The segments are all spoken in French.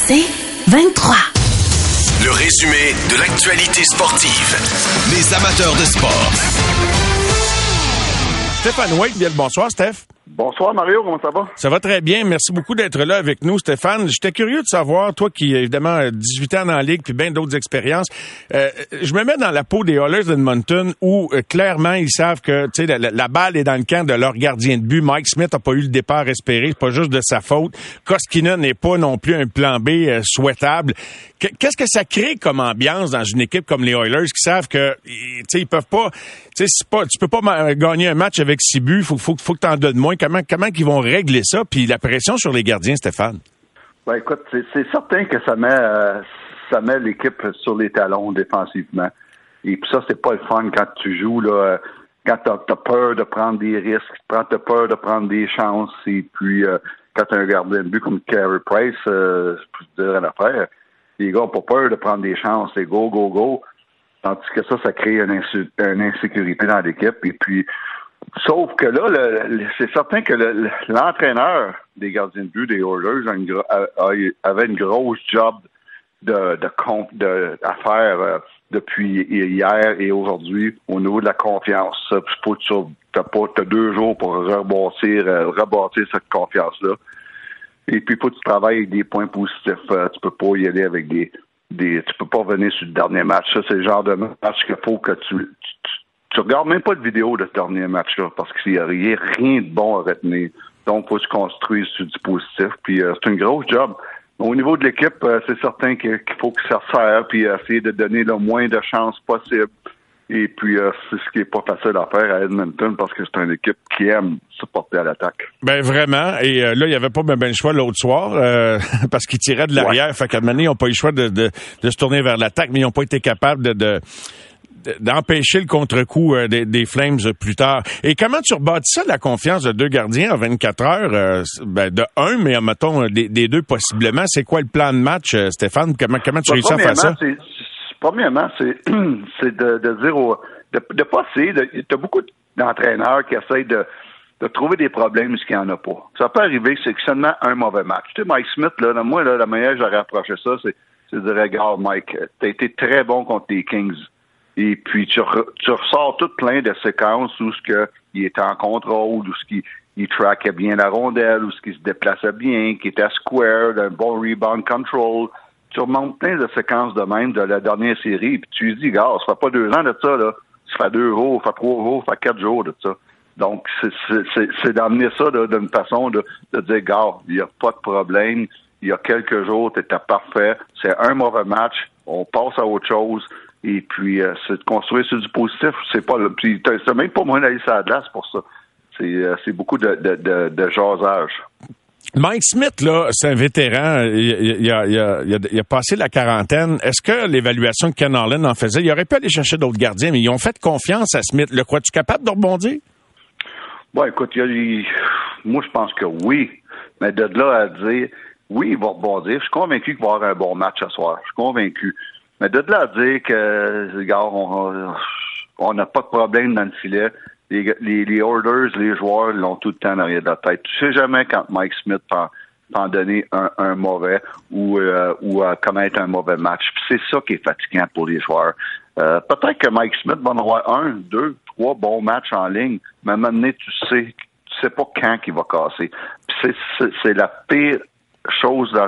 C'est 23. Le résumé de l'actualité sportive. Les amateurs de sport. Stéphane Waite, bien le bonsoir, Steph. Bonsoir Mario, comment ça va? Ça va très bien. Merci beaucoup d'être là avec nous, Stéphane. J'étais curieux de savoir, toi qui, évidemment, 18 ans dans la Ligue puis bien d'autres expériences, je me mets dans la peau des Oilers d'Edmonton où, clairement, ils savent que la balle est dans le camp de leur gardien de but. Mike Smith n'a pas eu le départ espéré. C'est pas juste de sa faute. Koskinen n'est pas non plus un plan B souhaitable. Qu'est-ce que ça crée comme ambiance dans une équipe comme les Oilers qui savent que ils peuvent pas, tu peux pas gagner un match avec 6 buts, faut que t'en donnes moins. Comment qu'ils vont régler ça, puis la pression sur les gardiens, Stéphane? Ben écoute, c'est certain que ça met l'équipe sur les talons défensivement. Et puis ça, c'est pas le fun quand tu joues là, quand t'as peur de prendre des risques, t'as peur de prendre des chances, et puis quand t'as un gardien de but comme Carey Price, je peux te dire une affaire, les gars ont pas peur de prendre des chances, c'est go, go, go. Tandis que ça crée une insécurité dans l'équipe. Et puis, sauf que là, c'est certain que l'entraîneur des gardiens de but des Oilers avait une grosse job à faire depuis hier et aujourd'hui au niveau de la confiance. T'as 2 jours pour rebâtir cette confiance-là. Et puis, faut que tu travailles avec des points positifs. Tu peux pas y aller avec tu peux pas venir sur le dernier match. Ça, c'est le genre de match qu'il faut que tu regardes même pas de vidéo de ce dernier match-là, parce qu'il n'y a rien de bon à retenir. Donc, il faut se construire sur du positif. Puis, c'est une grosse job. Au niveau de l'équipe, c'est certain qu'il faut que ça serve, puis essayer de donner le moins de chances possible. Et puis, c'est ce qui est pas facile à faire à Edmonton, parce que c'est une équipe qui aime se porter à l'attaque. Ben vraiment. Et là, il n'y avait pas le choix l'autre soir, parce qu'ils tiraient de l'arrière. Ouais. Fait qu'à un moment donné, ils n'ont pas eu le choix de se tourner vers l'attaque, mais ils n'ont pas été capables d'empêcher le contre-coup des Flames plus tard. Et comment tu rebâtis ça, la confiance de 2 gardiens en 24 heures? De un, mais mettons des 2 possiblement. C'est quoi le plan de match, Stéphane? Comment tu réussis à faire ça? Premièrement, c'est de dire de pas essayer. T'as beaucoup d'entraîneurs qui essayent de trouver des problèmes où il n'y en a pas. Ça peut arriver, c'est seulement un mauvais match. Tu sais, Mike Smith, là, moi, la manière que j'aurais approché ça, c'est de dire, regarde, Mike, t'as été très bon contre les Kings. Et puis, tu ressors tout plein de séquences où il était en contrôle, où il traquait bien la rondelle, où il se déplaçait bien, qu'il était square, d'un bon rebound control. Tu remontes plein de séquences de même de la dernière série, puis tu lui dis, gars, ça fait pas 2 ans de ça, là. Ça fait 2 jours, ça fait 3 jours, ça fait 4 jours de ça. Donc, c'est d'amener ça d'une façon de dire, gars, il n'y a pas de problème. Il y a quelques jours, tu étais parfait. C'est un mauvais match. On passe à autre chose. Et puis, c'est de construire sur du positif. C'est même pas moins d'aller sur la glace pour ça. C'est beaucoup de jasage. Mike Smith, là, c'est un vétéran. Il a passé la quarantaine. Est-ce que l'évaluation de Ken Holland en faisait? Il aurait pu aller chercher d'autres gardiens, mais ils ont fait confiance à Smith. Le crois-tu capable de rebondir? Bon, écoute, moi, je pense que oui. Mais de là à dire, oui, il va rebondir. Je suis convaincu qu'il va avoir un bon match ce soir. Je suis convaincu. Mais de là à dire que, regarde, on n'a pas de problème dans le filet. Les orders, les joueurs l'ont tout le temps derrière de la tête. Tu sais jamais quand Mike Smith peut en donner un mauvais ou commettre un mauvais match. Puis c'est ça qui est fatigant pour les joueurs. Peut-être que Mike Smith va en avoir 1, 2, 3 bons matchs en ligne, mais à un moment donné, tu sais pas quand il va casser. Puis c'est la pire chose dans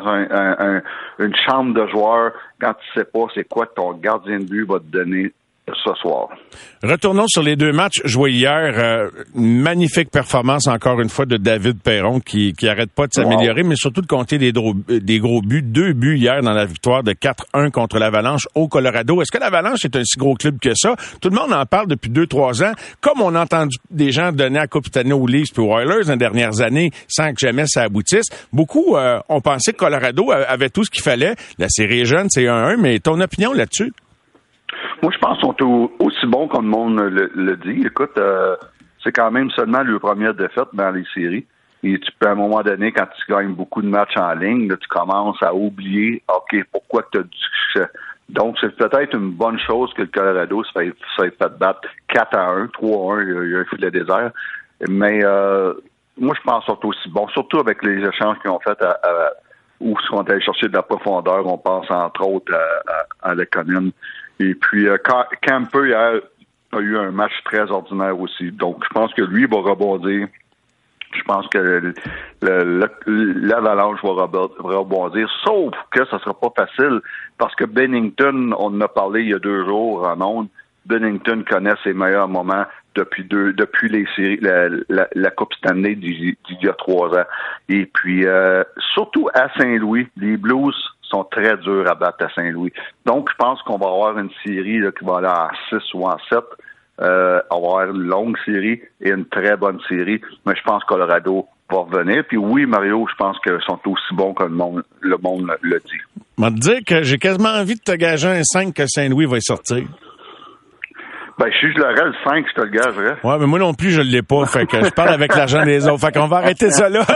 une chambre de joueurs quand tu sais pas c'est quoi ton gardien de but va te donner ce soir. Retournons sur les 2 matchs joués hier. Magnifique performance encore une fois de David Perron qui arrête pas de s'améliorer, mais surtout de compter des gros buts. 2 buts hier dans la victoire de 4-1 contre l'Avalanche au Colorado. Est-ce que l'Avalanche est un si gros club que ça? Tout le monde en parle depuis 2-3 ans. Comme on a entendu des gens donner à Coupe Stanley aux Leafs puis aux Oilers dans les dernières années sans que jamais ça aboutisse, beaucoup ont pensé que Colorado avait tout ce qu'il fallait. La série est jeune, c'est 1-1, mais ton opinion là-dessus? Moi, je pense qu'ils sont aussi bons comme le monde le dit. Écoute, c'est quand même seulement le première défaite dans les séries. Et tu peux, à un moment donné, quand tu gagnes beaucoup de matchs en ligne, là, tu commences à oublier, OK, pourquoi tu as du succès. Donc, c'est peut-être une bonne chose que le Colorado se fait battre 4-1, 3-1, il y a un filet désert. Mais moi, je pense qu'ils sont aussi bons, surtout avec les échanges qu'ils ont fait où ils sont allés chercher de la profondeur. On pense entre autres à Lekonen. Et puis Camper hier a eu un match très ordinaire aussi. Donc je pense que lui va rebondir. Je pense que l'Avalanche va rebondir, sauf que ça sera pas facile parce que Binnington, on en a parlé il y a 2 jours en ondes, Binnington connaît ses meilleurs moments depuis les séries, la Coupe Stanley d'il y a 3 ans. Et puis, surtout à Saint-Louis, les Blues sont très durs à battre à Saint-Louis. Donc, je pense qu'on va avoir une série là, qui va aller en 6 ou en 7. On va avoir une longue série et une très bonne série, mais je pense que Colorado va revenir. Puis oui, Mario, je pense qu'ils sont aussi bons que le monde le dit. Je vais te dire que j'ai quasiment envie de te gager un 5 que Saint-Louis va y sortir. Ben, si je l'aurais, le 5, je te le gagerais. Ouais, mais moi non plus, je l'ai pas. Fait que je parle avec l'argent des autres. Fait qu'on va arrêter ça là.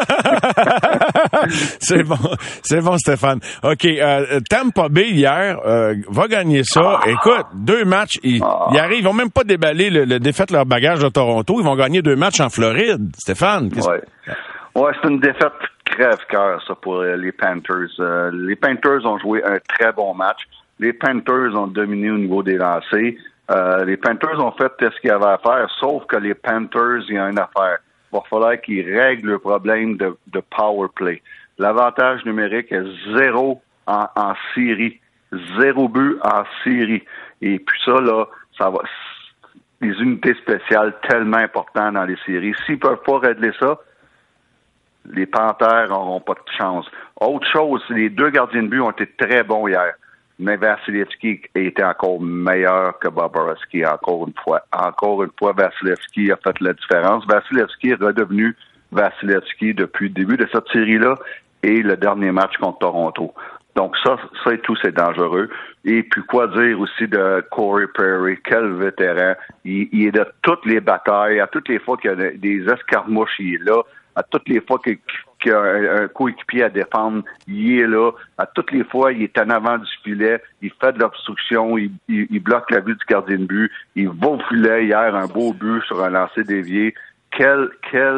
C'est bon, Stéphane. OK, Tampa Bay, hier, va gagner ça. Écoute, 2 matchs, ils arrivent, ils vont même pas déballer le défaite leur bagage de Toronto. Ils vont gagner 2 matchs en Floride. Stéphane, Ouais, c'est une défaite crève-cœur, ça, pour les Panthers. Les Panthers ont joué un très bon match. Les Panthers ont dominé au niveau des lancers. Les Panthers ont fait ce qu'il y avait à faire, sauf que les Panthers, il y a une affaire. Il va falloir qu'ils règlent le problème de power play. L'avantage numérique est 0 en série. 0 but en série. Et puis ça, là, ça va. Les unités spéciales tellement importantes dans les séries. S'ils peuvent pas régler ça, les Panthers n'auront pas de chance. Autre chose, les 2 gardiens de but ont été très bons hier. Mais Vasilevski était encore meilleur que Bobrovsky, encore une fois. Encore une fois, Vasilevski a fait la différence. Vasilevski est redevenu Vasilevski depuis le début de cette série-là et le dernier match contre Toronto. Donc ça et tout, c'est dangereux. Et puis quoi dire aussi de Corey Perry, quel vétéran. Il est de toutes les batailles, à toutes les fois qu'il y a des escarmouches, il est là. À toutes les fois qu'il y a un coéquipier à défendre, il est là. À toutes les fois, il est en avant du filet, il fait de l'obstruction, il bloque la vue du gardien de but, il va au filet. Hier, un beau but sur un lancer dévié. Quel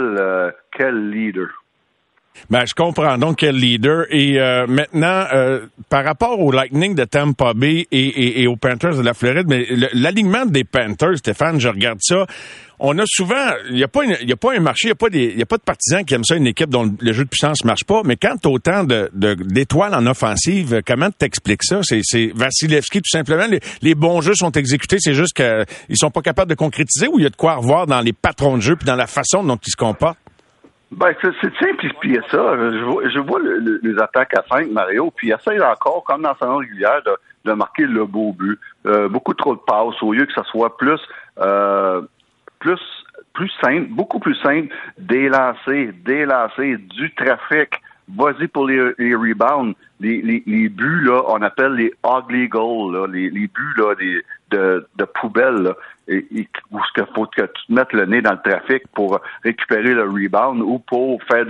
leader! Ben, je comprends donc quel leader. Et maintenant, par rapport au Lightning de Tampa Bay et aux Panthers de la Floride, mais l'alignement des Panthers, Stéphane, je regarde ça. On a souvent, il y a pas un marché, il y a pas de partisans qui aiment ça, une équipe dont le jeu de puissance marche pas. Mais quand t'as autant d'étoiles en offensive, comment t'expliques ça? C'est Vasilevski, tout simplement. Les bons jeux sont exécutés, c'est juste qu'ils sont pas capables de concrétiser, ou il y a de quoi revoir dans les patrons de jeu puis dans la façon dont ils se comportent? Ben, c'est de simplifier ça. Je vois les attaques à 5, Mario, puis il essaye encore, comme dans la saison régulière, de marquer le beau but. Beaucoup trop de passes, au lieu que ça soit plus simple, beaucoup plus simple, des lancers, du trafic. Vas-y pour les rebounds. Les buts, là, on appelle les ugly goals, là, les buts là, de poubelle, là, où il faut que tu te mettes le nez dans le trafic pour récupérer le rebound ou pour faire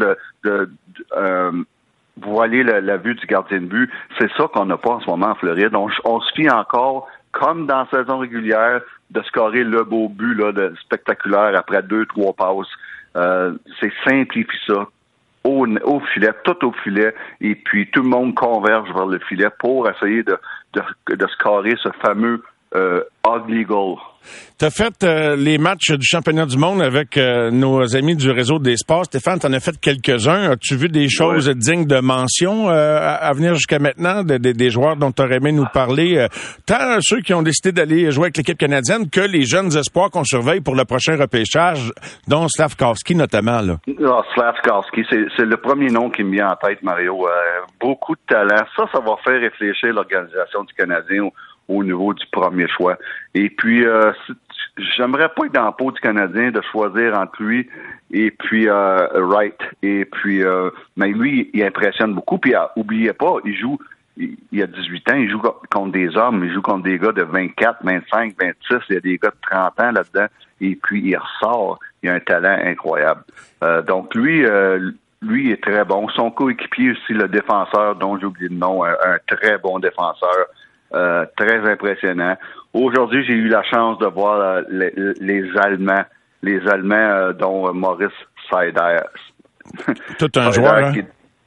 voiler la vue du gardien de but. C'est ça qu'on n'a pas en ce moment en Floride. On se fie encore, comme dans la saison régulière, de scorer le beau but là, spectaculaire après 2-3 passes. C'est simplifie ça. Au filet, tout au filet, et puis tout le monde converge vers le filet pour essayer de scorer ce fameux ugly goal. Tu as fait les matchs du championnat du monde avec nos amis du réseau des sports. Stéphane, tu en as fait quelques-uns. As-tu vu des choses dignes de mention à venir jusqu'à maintenant, des joueurs dont tu aurais aimé nous parler? Tant ceux qui ont décidé d'aller jouer avec l'équipe canadienne que les jeunes espoirs qu'on surveille pour le prochain repêchage, dont Slafkowski notamment. Là. Slafkowski, c'est le premier nom qui me vient en tête, Mario. Beaucoup de talent. Ça va faire réfléchir l'organisation du Canadien au niveau du premier choix. Et puis, j'aimerais pas être dans la peau du Canadien de choisir entre lui et puis Wright. Et puis, mais lui, il impressionne beaucoup. Puis, oubliez pas, il a 18 ans, il joue contre des hommes, il joue contre des gars de 24, 25, 26, il y a des gars de 30 ans là-dedans. Et puis, il ressort. Il a un talent incroyable. Donc, lui est très bon. Son coéquipier aussi, le défenseur, dont j'ai oublié le nom, un très bon défenseur. Très impressionnant. Aujourd'hui, j'ai eu la chance de voir les Allemands, dont Maurice Seider. Tout un joueur, hein?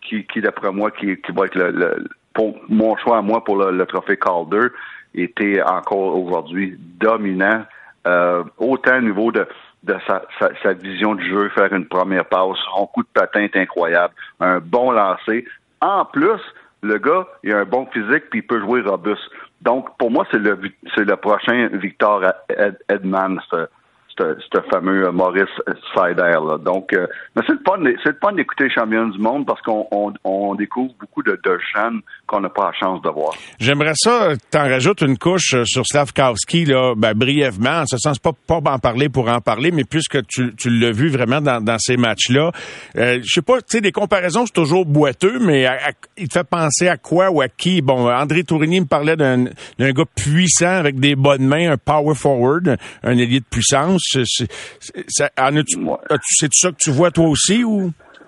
qui d'après moi, qui va être pour mon choix à moi pour le trophée Calder, était encore aujourd'hui dominant, autant au niveau de sa vision de jeu, faire une première passe, son coup de patin est incroyable, un bon lancer. En plus, le gars, il a un bon physique puis il peut jouer robuste. Donc, pour moi, c'est le prochain Victor Edman, ce fameux Maurice Seider, là. Donc, mais c'est le fun d'écouter les champions du monde parce qu'on découvre beaucoup de jeunes qu'on n'a pas la chance de voir. J'aimerais ça, t'en rajoutes une couche sur Slafkowski, là, brièvement, en ce sens, pas en parler pour en parler, mais puisque tu l'as vu vraiment dans ces matchs-là, je sais pas, tu sais, des comparaisons, c'est toujours boiteux, mais il te fait penser à quoi ou à qui? Bon, André Tourigny me parlait d'un gars puissant avec des bonnes mains, un power forward, un ailier de puissance. C'est ça que tu vois toi aussi ou?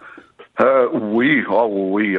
Oui, oui.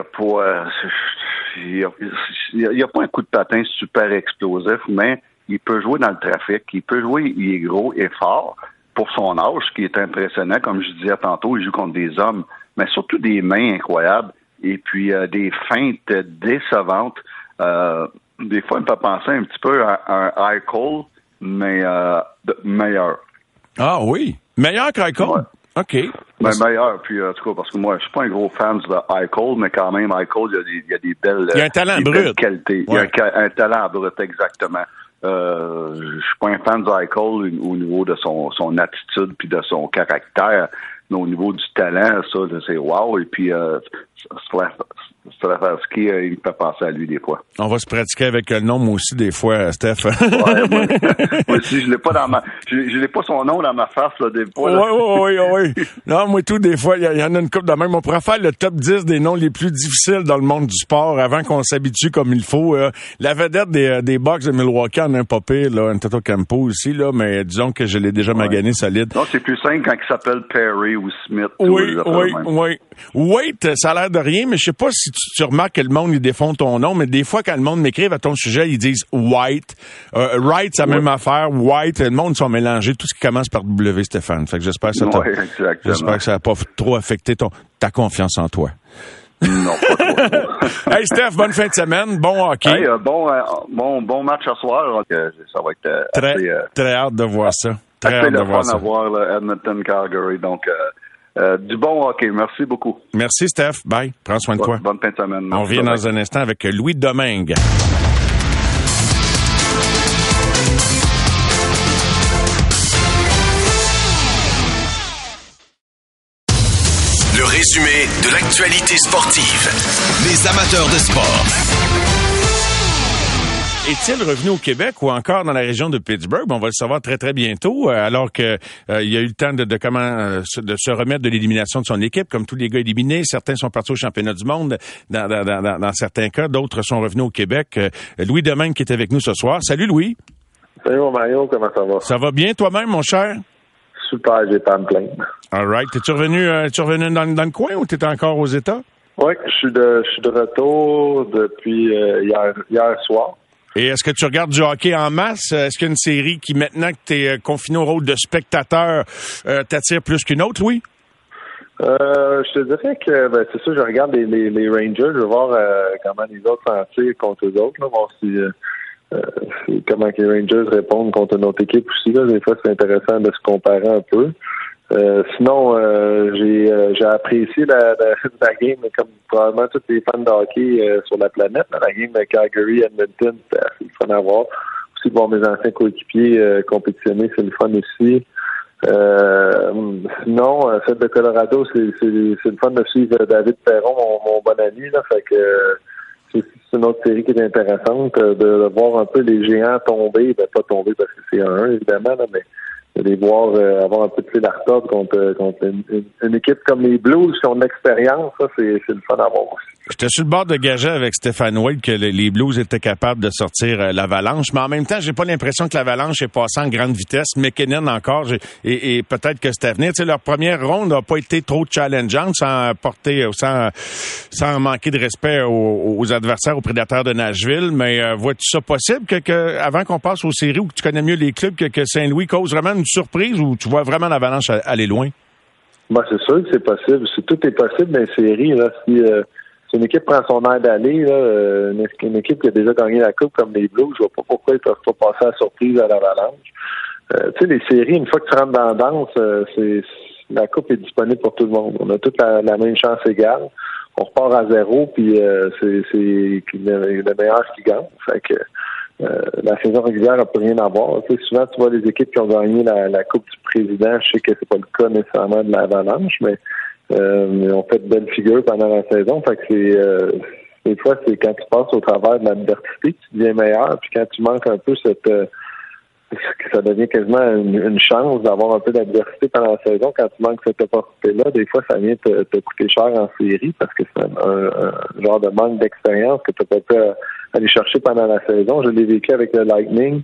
Il n'y a pas un coup de patin super explosif, mais il peut jouer dans le trafic. Il peut jouer, il est gros et fort pour son âge, ce qui est impressionnant. Comme je disais tantôt, il joue contre des hommes, mais surtout des mains incroyables et puis des feintes décevantes. Des fois, il me fait penser un petit peu à un Eichel, mais meilleur. Ah oui? Meilleur qu'Eichel? Ouais. OK. Mais meilleur, puis en tout cas, parce que moi, je suis pas un gros fan de Eichel, mais quand même, Eichel, il y a des belles, il y a un talent brut. Qualités. Ouais. Il y a un talent brut, exactement. Je suis pas un fan d'Eichel au niveau de son attitude puis de son caractère, mais au niveau du talent, ça, c'est wow. Et puis, Slafkowski, il me fait penser à lui des fois. On va se pratiquer avec le nom, moi aussi, des fois, Steph. Ouais, moi aussi, je l'ai pas je l'ai pas son nom dans ma face, là, des fois. Oui. Non, moi, tout, des fois, il y en a une couple de même. On pourrait faire le top 10 des noms les plus difficiles dans le monde du sport avant qu'on s'habitue comme il faut. La vedette des Bucks de Milwaukee en a un pas pire, là, Antato Campo aussi, là, mais disons que je l'ai déjà magané solide. Non, c'est plus simple quand il s'appelle Perry ou Smith. Oui. Wait, ça a l'air de rien, mais je sais pas si tu remarques que le monde, il défend ton nom, mais des fois, quand le monde m'écrive à ton sujet, ils disent White. Wright, c'est la même affaire. White, le monde, ils sont mélangés. Tout ce qui commence par W, Stéphane. Fait que j'espère que ça n'a pas trop affecté ta confiance en toi. Non, pas trop. Hey, Steph, bonne fin de semaine. Bon hockey. Hey, bon match ce soir. Ça va être très hâte de voir ça. Très hâte de voir ça. À voir, Edmonton-Calgary. Donc, du bon hockey. Merci beaucoup. Merci, Steph. Bye. Prends soin de toi. Bonne fin de semaine. Merci. On revient dans un instant avec Louis Domingue. Le résumé de l'actualité sportive. Les amateurs de sport. Est-il revenu au Québec ou encore dans la région de Pittsburgh? On va le savoir très, très bientôt, alors que il y a eu le temps de se remettre de l'élimination de son équipe, comme tous les gars éliminés. Certains sont partis au championnat du monde dans certains cas. D'autres sont revenus au Québec. Louis Domingue qui est avec nous ce soir. Salut, Louis. Salut, mon Mario. Comment ça va? Ça va bien toi-même, mon cher? Super, j'ai pas à me plaindre. All right. Es-tu revenu dans le coin ou t'es encore aux États? Oui, je suis de retour depuis hier soir. Et est-ce que tu regardes du hockey en masse? Est-ce qu'il y a une série qui, maintenant que tu es confiné au rôle de spectateur, t'attire plus qu'une autre, Louis? Je te dirais que c'est sûr, je regarde les Rangers. Je veux voir comment les autres s'en tirent contre eux autres. Là, voir comment les Rangers répondent contre notre équipe aussi. Là. Des fois, c'est intéressant de se comparer un peu. Sinon, j'ai apprécié la game, comme probablement tous les fans de hockey sur la planète. La game de Calgary-Edmonton, c'était assez fun à voir. Aussi de voir mes anciens coéquipiers compétitionner, c'est le fun aussi. Sinon, celle de Colorado, c'est le fun de suivre David Perron, mon bon ami. Là, fait que c'est une autre série qui est intéressante, de voir un peu les géants tomber, pas tomber parce que c'est 1-1 évidemment, là, mais de les voir avoir un peu de fil à retordre contre une équipe comme les Blues qui ont de l'expérience, ça c'est le fun à voir aussi. J'étais sur le bord de gager avec Stéphane Wade que les Blues étaient capables de sortir l'Avalanche, mais en même temps, j'ai pas l'impression que l'Avalanche est passée en grande vitesse. McKinnon encore, et peut-être que c'était à venir. Tu sais, leur première ronde n'a pas été trop challengeante, sans manquer de respect aux adversaires, aux prédateurs de Nashville. Mais vois-tu ça possible que avant qu'on passe aux séries où tu connais mieux les clubs, que Saint-Louis cause vraiment une surprise ou tu vois vraiment l'Avalanche aller loin? C'est sûr que c'est possible. Tout est possible dans les séries. Là. si une équipe prend son air d'aller, là, une équipe qui a déjà gagné la Coupe comme les Blues, je vois pas pourquoi ils peuvent pas passer à la surprise à l'Avalanche. Tu sais, les séries, une fois que tu rentres dans la danse, la Coupe est disponible pour tout le monde. On a toute la même chance égale. On repart à zéro, puis c'est le meilleur qui gagne. Fait que la saison régulière n'a plus rien à voir. Tu sais, souvent, tu vois les équipes qui ont gagné la Coupe du Président. Je sais que c'est pas le cas nécessairement de l'Avalanche, mais on fait de belles figures pendant la saison. Fait que des fois, c'est quand tu passes au travers de l'adversité que tu deviens meilleur. Puis quand tu manques un peu ça devient quasiment une chance d'avoir un peu d'adversité pendant la saison. Quand tu manques cette opportunité-là, des fois, ça vient te coûter cher en série parce que c'est un genre de manque d'expérience que tu n'as pas pu aller chercher pendant la saison. Je l'ai vécu avec le Lightning.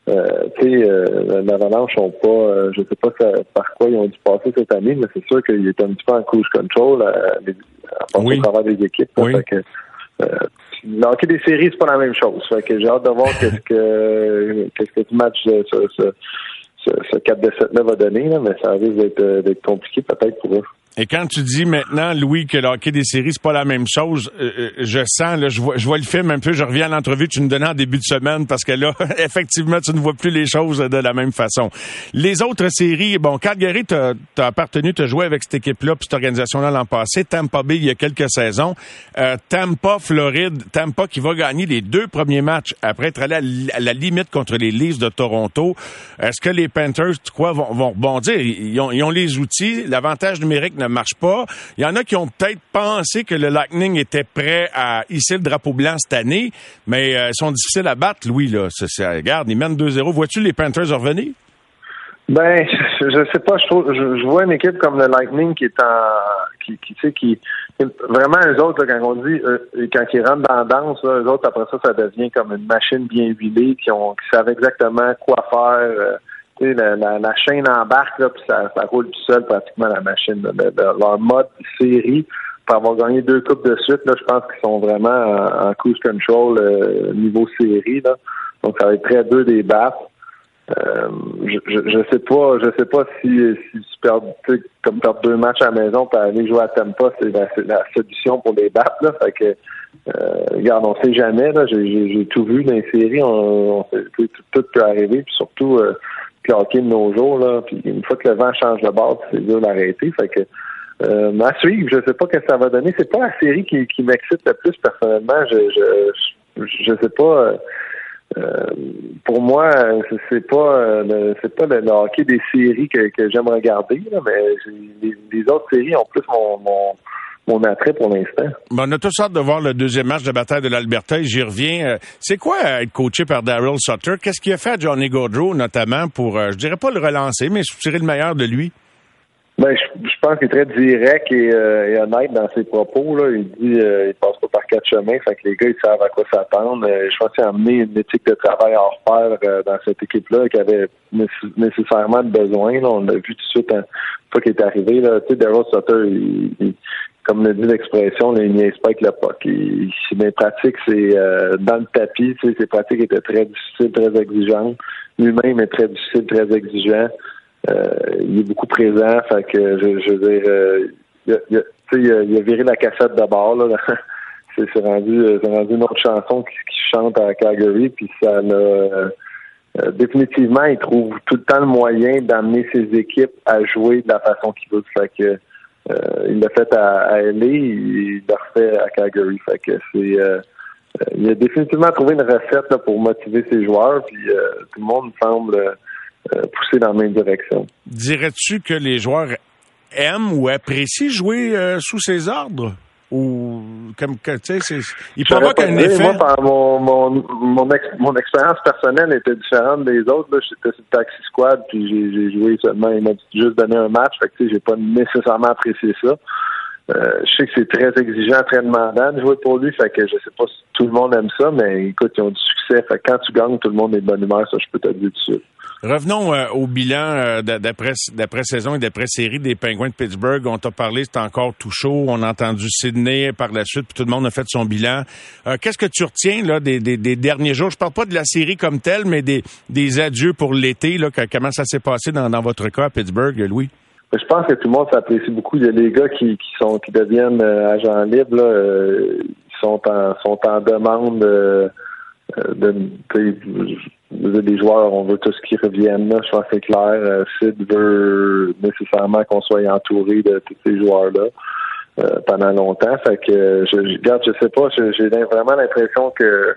L'Avalanche ont pas, je sais pas par quoi ils ont dû passer cette année, mais c'est sûr qu'il est un petit peu en cruise control à passer au travers des équipes. Oui. Fait que, le hockey des séries, c'est pas la même chose. Fait que j'ai hâte de voir qu'est-ce que ce match, ce 4-7-là va donner, là, mais ça risque d'être compliqué peut-être pour eux. Et quand tu dis maintenant, Louis, que le hockey des séries, c'est pas la même chose, je sens, là, je vois le film un peu, je reviens à l'entrevue que tu nous donnais en début de semaine, parce que là, effectivement, tu ne vois plus les choses de la même façon. Les autres séries, bon, Calgary, t'as appartenu, t'as joué avec cette équipe-là, puis cette organisation-là l'an passé, Tampa Bay, il y a quelques saisons, Tampa, Floride, Tampa qui va gagner les 2 premiers matchs après être allé à la limite contre les Leafs de Toronto. Est-ce que les Panthers, tu crois, vont rebondir? Ils ont les outils, l'avantage numérique ne marche pas. Il y en a qui ont peut-être pensé que le Lightning était prêt à hisser le drapeau blanc cette année, mais ils sont difficiles à battre, Louis, là. Regarde, ils mènent 2-0. Vois-tu les Panthers revenir? Ben, je sais pas, je vois une équipe comme le Lightning qui est qui vraiment eux autres, là, quand on dit quand ils rentrent dans la danse, là, eux autres, après ça devient comme une machine bien huilée, qui savent exactement quoi faire. La chaîne embarque, là, puis ça roule tout seul pratiquement la machine. Leur mode série, pour avoir gagné 2 coupes de suite, là, je pense qu'ils sont vraiment en cruise control niveau série. Là. Donc ça va être très dur des battre. Je sais pas si tu perds, comme perdre 2 matchs à la maison pour aller jouer à Tampa, c'est la solution pour les battre. Là. Fait que regarde, on sait jamais. Là, j'ai tout vu dans les séries, tout peut arriver, puis surtout le hockey de nos jours, là, puis une fois que le vent change de bord, c'est dur d'arrêter. Fait que à suivre, je sais pas ce que ça va donner. C'est pas la série qui m'excite le plus personnellement. Je sais pas. Pour moi, c'est pas le hockey des séries que j'aime regarder, là, mais les autres séries ont plus mon attrait pour l'instant. Bon, on a tous hâte de voir le deuxième match de bataille de l'Alberta et j'y reviens. C'est quoi être coaché par Daryl Sutter? Qu'est-ce qu'il a fait à Johnny Gaudreau, notamment, pour, je dirais pas le relancer, mais tirer le meilleur de lui? Ben, je pense qu'il est très direct et honnête dans ses propos. Là. Il dit il passe pas par 4 chemins, fait que les gars, ils savent à quoi s'attendre. Je pense qu'il a amené une éthique de travail hors pair dans cette équipe-là qui avait nécessairement besoin. Là. On l'a vu tout de suite une fois qu'il est arrivé. Tu sais, Daryl Sutter, il comme le dit l'expression, il niaise pas avec le puck. Mes pratiques, c'est dans le tapis. Tu sais, ses pratiques étaient très difficiles, très exigeantes. Lui-même est très difficile, très exigeant. Il est beaucoup présent, fait que je veux dire, il a viré la cassette de bord là. c'est rendu une autre chanson qui chante à Calgary, puis ça l'a définitivement, il trouve tout le temps le moyen d'amener ses équipes à jouer de la façon qu'il veut. Fait que il l'a fait à LA, il l'a refait à Calgary. Fait que il a définitivement trouvé une recette là, pour motiver ses joueurs, puis tout le monde semble pousser dans la même direction. Dirais-tu que les joueurs aiment ou apprécient jouer sous ses ordres? Ou comme tu sais, il provoque un effet. Moi, mon expérience personnelle était différente des autres. Là, j'étais sur le Taxi Squad, puis j'ai joué seulement, il m'a juste donné un match, fait que tu sais, j'ai pas nécessairement apprécié ça. Je sais que c'est très exigeant, très demandant de jouer pour lui, fait que je sais pas si tout le monde aime ça, mais écoute, ils ont du succès. Fait que quand tu gagnes, tout le monde est de bonne humeur, ça je peux te le dire tout de suite. Revenons au bilan d'après-saison et d'après-série des Penguins de Pittsburgh. On t'a parlé, c'était encore tout chaud. On a entendu Sidney par la suite, puis tout le monde a fait son bilan. Qu'est-ce que tu retiens là des derniers jours? Je parle pas de la série comme telle, mais des adieux pour l'été. Là, comment ça s'est passé dans votre cas à Pittsburgh, Louis? je pense que tout le monde s'apprécie beaucoup. Il y a les gars qui deviennent agents libres, là, ils sont en demande des joueurs, on veut tous qu'ils reviennent là, je pense que c'est clair. Sid veut nécessairement qu'on soit entouré de tous ces joueurs-là pendant longtemps. Fait que je sais pas, j'ai vraiment l'impression que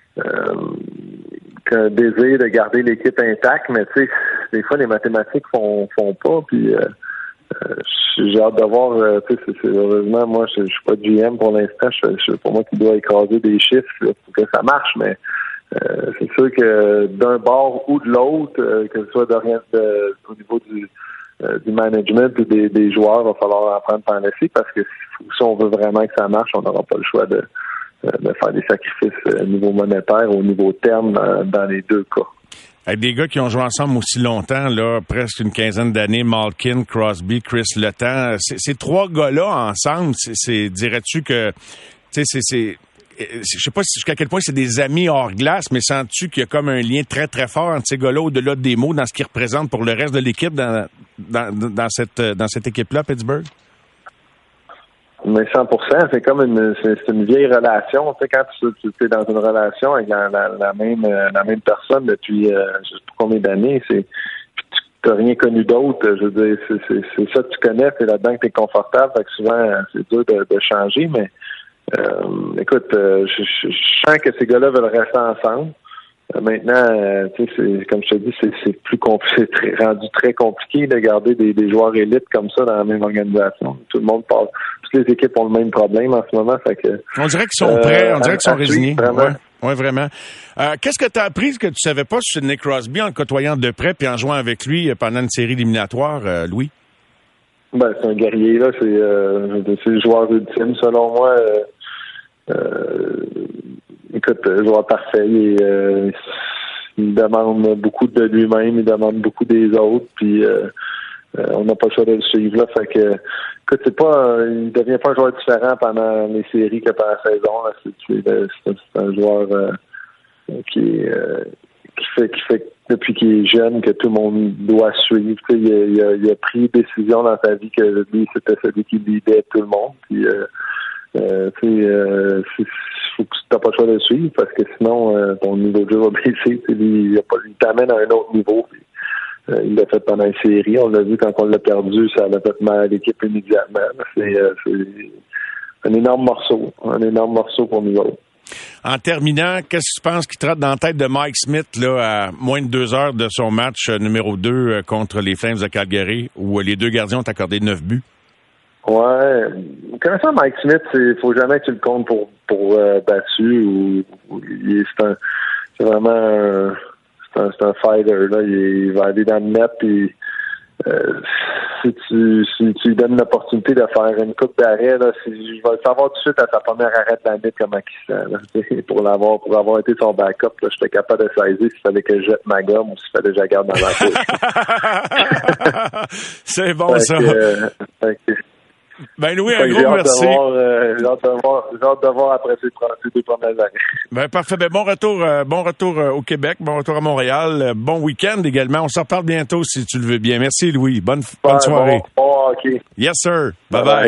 qu'un désir de garder l'équipe intacte, mais tu sais, des fois les mathématiques font pas, puis j'ai hâte de voir, tu sais, heureusement, moi je suis pas GM pour l'instant, c'est pour moi qui dois écraser des chiffres là, pour que ça marche, mais c'est sûr que d'un bord ou de l'autre, que ce soit au niveau du management ou des joueurs, il va falloir en prendre par laisser, parce que si on veut vraiment que ça marche, on n'aura pas le choix de faire des sacrifices au niveau monétaire, au niveau terme, dans les deux cas. Avec des gars qui ont joué ensemble aussi longtemps, là, presque une quinzaine d'années, Malkin, Crosby, Chris Letang, ces trois gars-là ensemble, dirais-tu que, tu sais, je sais pas jusqu'à quel point c'est des amis hors glace, mais sens-tu qu'il y a comme un lien très, très fort entre ces gars-là, au-delà des mots, dans ce qu'ils représentent pour le reste de l'équipe, dans cette équipe-là, Pittsburgh? Mais 100%, c'est comme une vieille relation. Tu sais, quand tu es dans une relation avec la même personne depuis je sais pas combien d'années, tu n'as rien connu d'autre. Je veux dire, c'est ça que tu connais, c'est là-dedans que tu es confortable. Fait que souvent, c'est dur de changer, mais écoute, je sens que ces gars-là veulent rester ensemble. Maintenant, tu sais, comme je te dis, c'est plus compliqué, rendu très compliqué de garder des joueurs élites comme ça dans la même organisation. Tout le monde parle, toutes les équipes ont le même problème en ce moment. Fait que, on dirait qu'ils sont prêts, on dirait qu'ils sont résignés. Vraiment. Ouais, vraiment. Qu'est-ce que tu as appris que tu savais pas sur Nick Crosby en le côtoyant de près puis en jouant avec lui pendant une série éliminatoire, Louis? Ben, c'est un guerrier, là. C'est le joueur ultime, selon moi. Écoute, joueur parfait. Il demande beaucoup de lui-même, il demande beaucoup des autres, puis on n'a pas le choix de le suivre là. Fait que, écoute, il devient pas un joueur différent pendant les séries que pendant la saison. Là. C'est un joueur qui fait depuis qu'il est jeune que tout le monde doit suivre. Il a pris des décisions dans sa vie que lui, c'était celui qui lidait tout le monde. Puis faut que tu n'as pas le choix de le suivre parce que sinon ton niveau de jeu va baisser. Il t'amène à un autre niveau. Puis, il l'a fait pendant une série. On l'a vu quand on l'a perdu, ça l'a fait mal à l'équipe immédiatement. C'est un énorme morceau. Un énorme morceau pour nous autres. En terminant, qu'est-ce que tu penses qui trotte dans la tête de Mike Smith là, à moins de 2 heures de son match numéro 2 contre les Flames de Calgary où les deux gardiens ont accordé 9 buts? Ouais. Connaissant Mike Smith, il faut jamais que tu le comptes pour battu c'est vraiment c'est un fighter là. Il va aller dans le net puis si tu lui donnes l'opportunité de faire une coupe d'arrêt là, je vais le savoir tout de suite à sa première arrêt de la nuit comment il sent là. Pour avoir été son backup là, j'étais capable de saisir s'il fallait que je jette ma gomme ou s'il fallait que je la garde dans la bouche. C'est bon ça. Ben Louis, un gros merci. J'ai hâte de voir après ces deux premières années. Ben parfait. Ben bon retour au Québec, bon retour à Montréal, bon week-end également. On s'en reparle bientôt si tu le veux bien. Merci Louis. Bonne soirée. Bon hockey. Yes sir. Bye bye.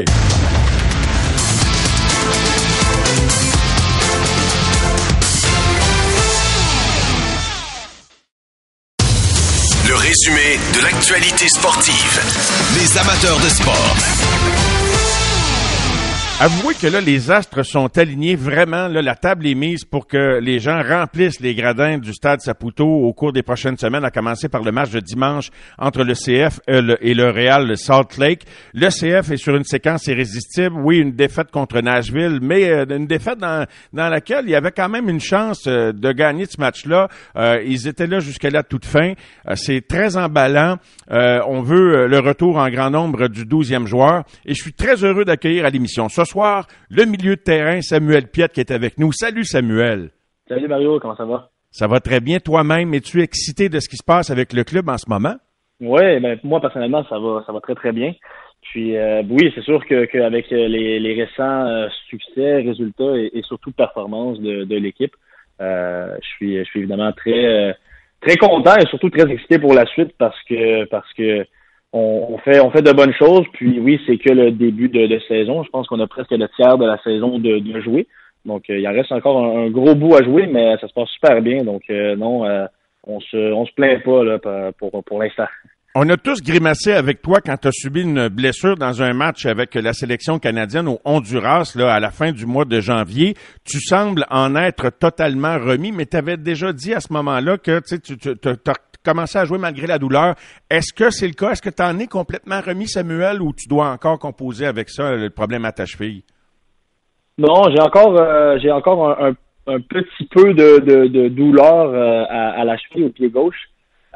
Le résumé de l'actualité sportive. Les amateurs de sport. Avouez que là, les astres sont alignés vraiment. Là, la table est mise pour que les gens remplissent les gradins du stade Saputo au cours des prochaines semaines, à commencer par le match de dimanche entre le CF et le Real Salt Lake. Le CF est sur une séquence irrésistible. Oui, une défaite contre Nashville, mais une défaite dans laquelle il y avait quand même une chance de gagner ce match-là. Ils étaient là jusqu'à la toute fin. C'est très emballant. On veut le retour en grand nombre du 12e joueur. Et je suis très heureux d'accueillir à l'émission ce soir le milieu de terrain, Samuel Piette, qui est avec nous. Salut Samuel. Salut Mario, comment ça va? Ça va très bien. Toi-même, es-tu excité de ce qui se passe avec le club en ce moment? Oui, ben moi personnellement, ça va très très bien. Puis oui, c'est sûr qu'avec les récents succès, résultats et surtout performances de l'équipe, je suis évidemment très très content et surtout très excité pour la suite parce que on fait de bonnes choses. Puis oui, c'est que le début de saison. Je pense qu'on a presque le tiers de la saison de jouer. Donc il en reste encore un gros bout à jouer, mais ça se passe super bien. Donc on se plaint pas là pour l'instant. On a tous grimacé avec toi quand tu as subi une blessure dans un match avec la sélection canadienne au Honduras là, à la fin du mois de janvier. Tu sembles en être totalement remis, mais tu avais déjà dit à ce moment-là que tu as commencé à jouer malgré la douleur. Est-ce que c'est le cas? Est-ce que tu en es complètement remis, Samuel, ou tu dois encore composer avec ça, le problème à ta cheville? Non, j'ai encore un petit peu de douleur à la cheville, au pied gauche.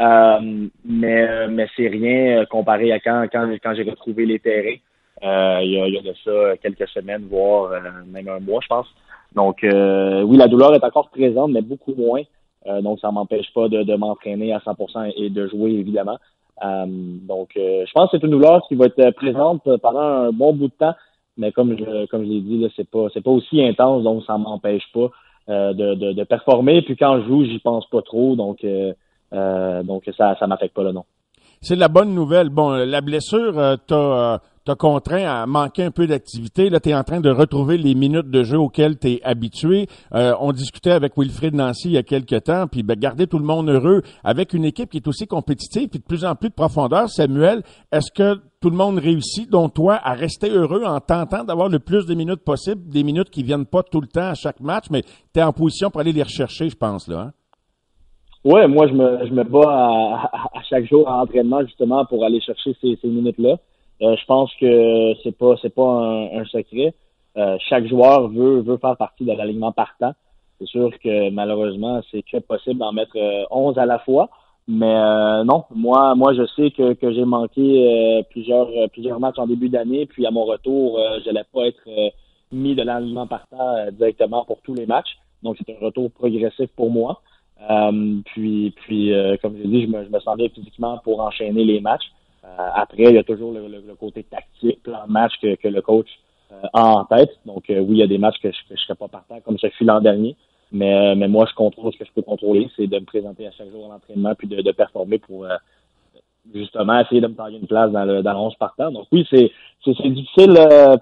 Mais c'est rien comparé à quand j'ai retrouvé les terrains. Il y a de ça quelques semaines, voire même un mois, je pense. Donc oui, la douleur est encore présente, mais beaucoup moins. Donc ça m'empêche pas de m'entraîner à 100% et de jouer, évidemment. Donc je pense que c'est une douleur qui va être présente pendant un bon bout de temps, mais comme je l'ai dit, là, c'est pas aussi intense, donc ça m'empêche pas de performer. Puis quand je joue, j'y pense pas trop, donc ça m'affecte pas là, non. C'est de la bonne nouvelle. Bon, la blessure t'a contraint à manquer un peu d'activité. Là, tu es en train de retrouver les minutes de jeu auxquelles tu es habitué. On discutait avec Wilfrid Nancy il y a quelques temps, puis garder tout le monde heureux avec une équipe qui est aussi compétitive puis de plus en plus de profondeur. Samuel, est-ce que tout le monde réussit, dont toi, à rester heureux en tentant d'avoir le plus de minutes possible, des minutes qui viennent pas tout le temps à chaque match, mais tu es en position pour aller les rechercher, je pense, là, hein? Ouais, moi je me bats à chaque jour à l'entraînement justement pour aller chercher ces minutes-là. Je pense que c'est pas un secret. Chaque joueur veut faire partie de l'alignement partant. C'est sûr que malheureusement, c'est que possible d'en mettre 11 à la fois. Mais non, moi je sais que j'ai manqué plusieurs matchs en début d'année, puis à mon retour, j'allais pas être mis de l'alignement partant directement pour tous les matchs. Donc c'est un retour progressif pour moi. Puis comme je l'ai dit, je me sens bien physiquement pour enchaîner les matchs. Après, il y a toujours le côté tactique, plan de match que le coach a en tête. Donc oui, il y a des matchs que je serais pas partant, comme ce fut l'an dernier. Mais moi, je contrôle ce que je peux contrôler, c'est de me présenter à chaque jour à l'entraînement puis de performer pour justement essayer de me tailler une place dans le 11 partant. Donc oui, c'est difficile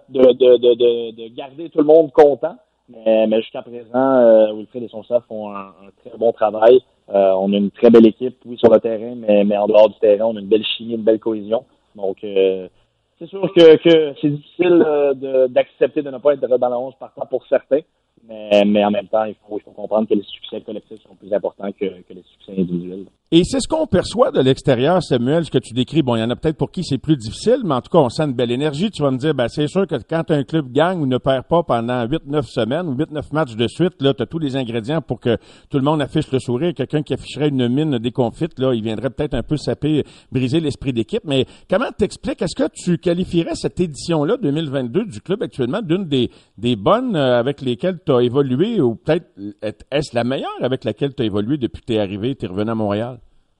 de garder tout le monde content. Mais jusqu'à présent, Wilfrid et son staff font un très bon travail. On a une très belle équipe, oui, sur le terrain, mais en dehors du terrain, on a une belle chimie, une belle cohésion. Donc, c'est sûr que c'est difficile d'accepter de ne pas être dans la 11 partant pour certains. Mais en même temps, il faut comprendre que les succès collectifs sont plus importants que les succès individuels. Et c'est ce qu'on perçoit de l'extérieur, Samuel, ce que tu décris. Bon, il y en a peut-être pour qui c'est plus difficile, mais en tout cas, on sent une belle énergie. Tu vas me dire, c'est sûr que quand un club gagne ou ne perd pas pendant 8-9 semaines ou 8-9 matchs de suite, là, tu as tous les ingrédients pour que tout le monde affiche le sourire. Quelqu'un qui afficherait une mine déconfite, là, il viendrait peut-être un peu saper, briser l'esprit d'équipe. Mais comment t'expliques, est-ce que tu qualifierais cette édition-là, 2022, du club actuellement, d'une des bonnes avec lesquelles tu as évolué, ou peut-être est-ce la meilleure avec laquelle tu as évolué depuis que tu es arrivé, tu es revenu à Montréal?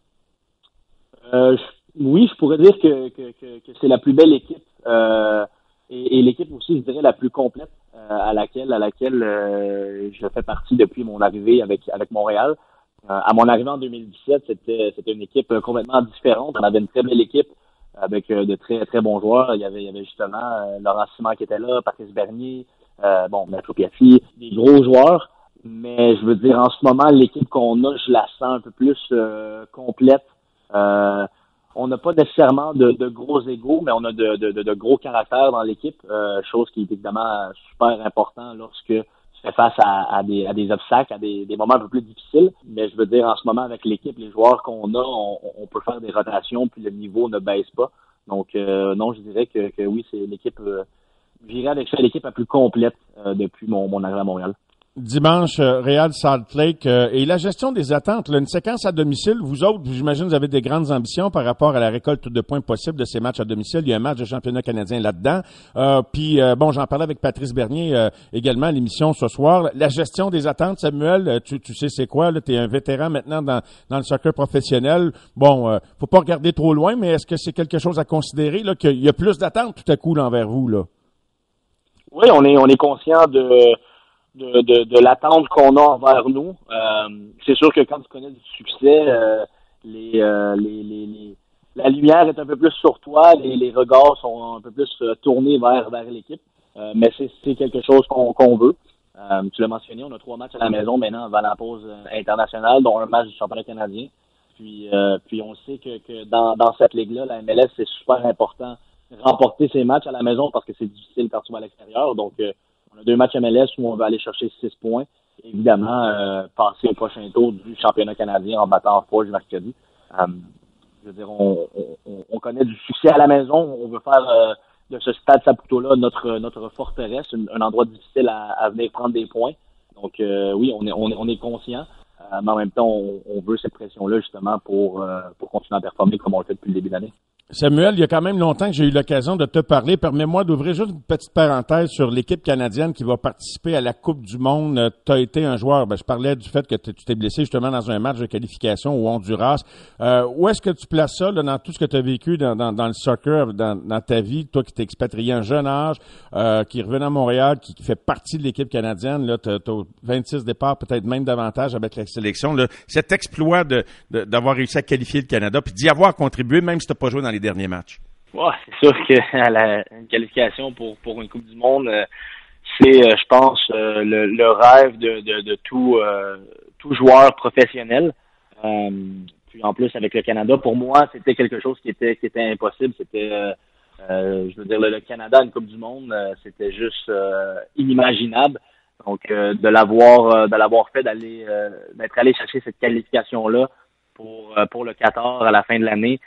Oui, je pourrais dire que c'est la plus belle équipe et l'équipe aussi, je dirais, la plus complète à laquelle je fais partie depuis mon arrivée avec Montréal. À mon arrivée en 2017, c'était une équipe complètement différente. On avait une très belle équipe avec de très très bons joueurs. Il y avait justement Laurent Simon qui était là, Patrice Bernier, Maître Piatti, des gros joueurs. Mais je veux dire, en ce moment, l'équipe qu'on a, je la sens un peu plus complète. On n'a pas nécessairement de gros égos, mais on a de gros caractères dans l'équipe, chose qui est évidemment super important lorsque tu fais face à des obstacles, à des moments un peu plus difficiles. Mais je veux dire, en ce moment, avec l'équipe, les joueurs qu'on a, on peut faire des rotations, puis le niveau ne baisse pas. Donc, non, je dirais que oui, c'est l'équipe, j'irais avec ça l'équipe la plus complète depuis mon arrivée à Montréal. Dimanche, Real Salt Lake et la gestion des attentes, là, une séquence à domicile. Vous autres, j'imagine, vous avez des grandes ambitions par rapport à la récolte de points possibles de ces matchs à domicile. Il y a un match de championnat canadien là-dedans. Puis j'en parlais avec Patrice Bernier également à l'émission ce soir. La gestion des attentes, Samuel, tu sais c'est quoi? Tu es un vétéran maintenant dans le soccer professionnel. Bon, faut pas regarder trop loin, mais est-ce que c'est quelque chose à considérer, là, qu'il y a plus d'attentes tout à coup là, envers vous, là? Oui, on est conscient de l'attente qu'on a envers nous. la lumière est un peu plus sur toi, les regards sont un peu plus tournés vers l'équipe. Mais c'est quelque chose qu'on veut. Tu l'as mentionné, on a 3 matchs à la maison maintenant avant la pause internationale, dont un match du championnat canadien. Puis on sait que dans cette ligue-là, la MLS, c'est super important de remporter ces matchs à la maison parce que c'est difficile quand tu vas à l'extérieur. Donc, on a 2 matchs MLS où on va aller chercher 6 points. Et évidemment, passer au prochain tour du championnat canadien en battant Forge mercredi. Je veux dire, on connaît du succès à la maison. On veut faire de ce stade Saputo-là notre forteresse, un endroit difficile à venir prendre des points. Donc, oui, on est conscient. Mais en même temps, on veut cette pression-là justement pour continuer à performer comme on le fait depuis le début de l'année. Samuel, il y a quand même longtemps que j'ai eu l'occasion de te parler. Permets-moi d'ouvrir juste une petite parenthèse sur l'équipe canadienne qui va participer à la Coupe du Monde. Tu as été un joueur, je parlais du fait que tu t'es blessé justement dans un match de qualification au Honduras. Où est-ce que tu places ça là, dans tout ce que tu as vécu dans le soccer, dans ta vie, toi qui t'es expatrié à un jeune âge, qui est revenu à Montréal, qui fait partie de l'équipe canadienne, là, tu as 26 départs, peut-être même davantage avec la sélection. Là, cet exploit d'avoir réussi à qualifier le Canada, puis d'y avoir contribué, même si tu n'as pas joué dans les derniers matchs. Ouais, c'est sûr que une qualification pour une Coupe du Monde, c'est, je pense, le rêve de tout joueur professionnel. Puis en plus avec le Canada, pour moi, c'était quelque chose qui était impossible. C'était, je veux dire, le Canada, une Coupe du Monde, c'était juste inimaginable. Donc de l'avoir fait, d'être allé chercher cette qualification-là pour le Qatar à la fin de l'année.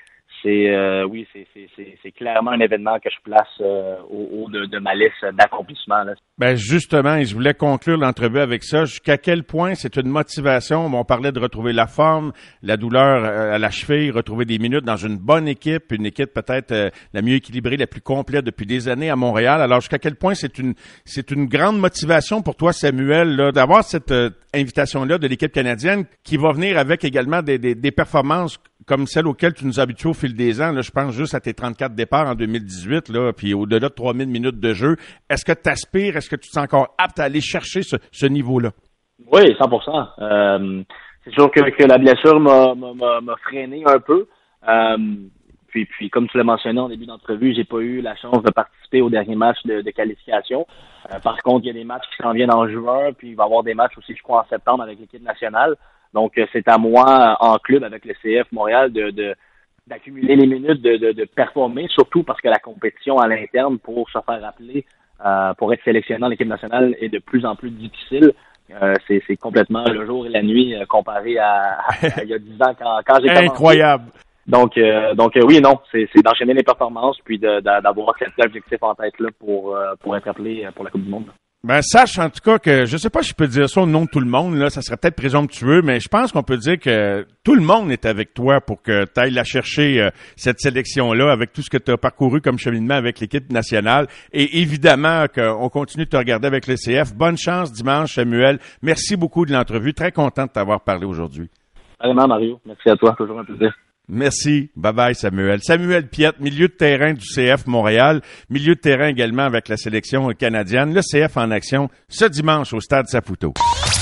C'est clairement un événement que je place au haut de ma liste d'accomplissements. Là. Ben justement, et je voulais conclure l'entrevue avec ça. Jusqu'à quel point c'est une motivation? On parlait de retrouver la forme, la douleur à la cheville, retrouver des minutes dans une bonne équipe, une équipe peut-être la mieux équilibrée, la plus complète depuis des années à Montréal. Alors jusqu'à quel point c'est une grande motivation pour toi, Samuel, là, d'avoir cette invitation-là de l'équipe canadienne qui va venir avec également des performances comme celle auquel tu nous habitues au fil des ans. Là, je pense juste à tes 34 départs en 2018, là, puis au-delà de 3000 minutes de jeu. Est-ce que tu aspires, est-ce que tu te sens encore apte à aller chercher ce niveau-là? Oui, 100%. C'est sûr que la blessure m'a freiné un peu. Puis comme tu l'as mentionné en début d'entrevue, j'ai pas eu la chance de participer au dernier match de qualification. Par contre, il y a des matchs qui s'en viennent en juin, puis il va y avoir des matchs aussi, je crois, en septembre avec l'équipe nationale. Donc, c'est à moi, en club, avec le CF Montréal, d'accumuler les minutes, de performer, surtout parce que la compétition à l'interne pour se faire appeler, pour être sélectionné dans l'équipe nationale est de plus en plus difficile. C'est complètement le jour et la nuit comparé à il y a 10 ans quand j'ai commencé. Incroyable! Donc oui et non, c'est d'enchaîner les performances puis d'avoir cet objectif en tête là pour être appelé pour la Coupe du Monde. Ben, sache en tout cas que, je sais pas si je peux dire ça au nom de tout le monde, là, ça serait peut-être présomptueux, mais je pense qu'on peut dire que tout le monde est avec toi pour que tu ailles la chercher, cette sélection-là, avec tout ce que tu as parcouru comme cheminement avec l'équipe nationale. Et évidemment qu'on continue de te regarder avec le CF. Bonne chance dimanche, Samuel. Merci beaucoup de l'entrevue. Très content de t'avoir parlé aujourd'hui. Vraiment, Mario. Merci à toi. Toujours un plaisir. Merci. Bye-bye, Samuel. Samuel Piette, milieu de terrain du CF Montréal, milieu de terrain également avec la sélection canadienne. Le CF en action ce dimanche au Stade Saputo.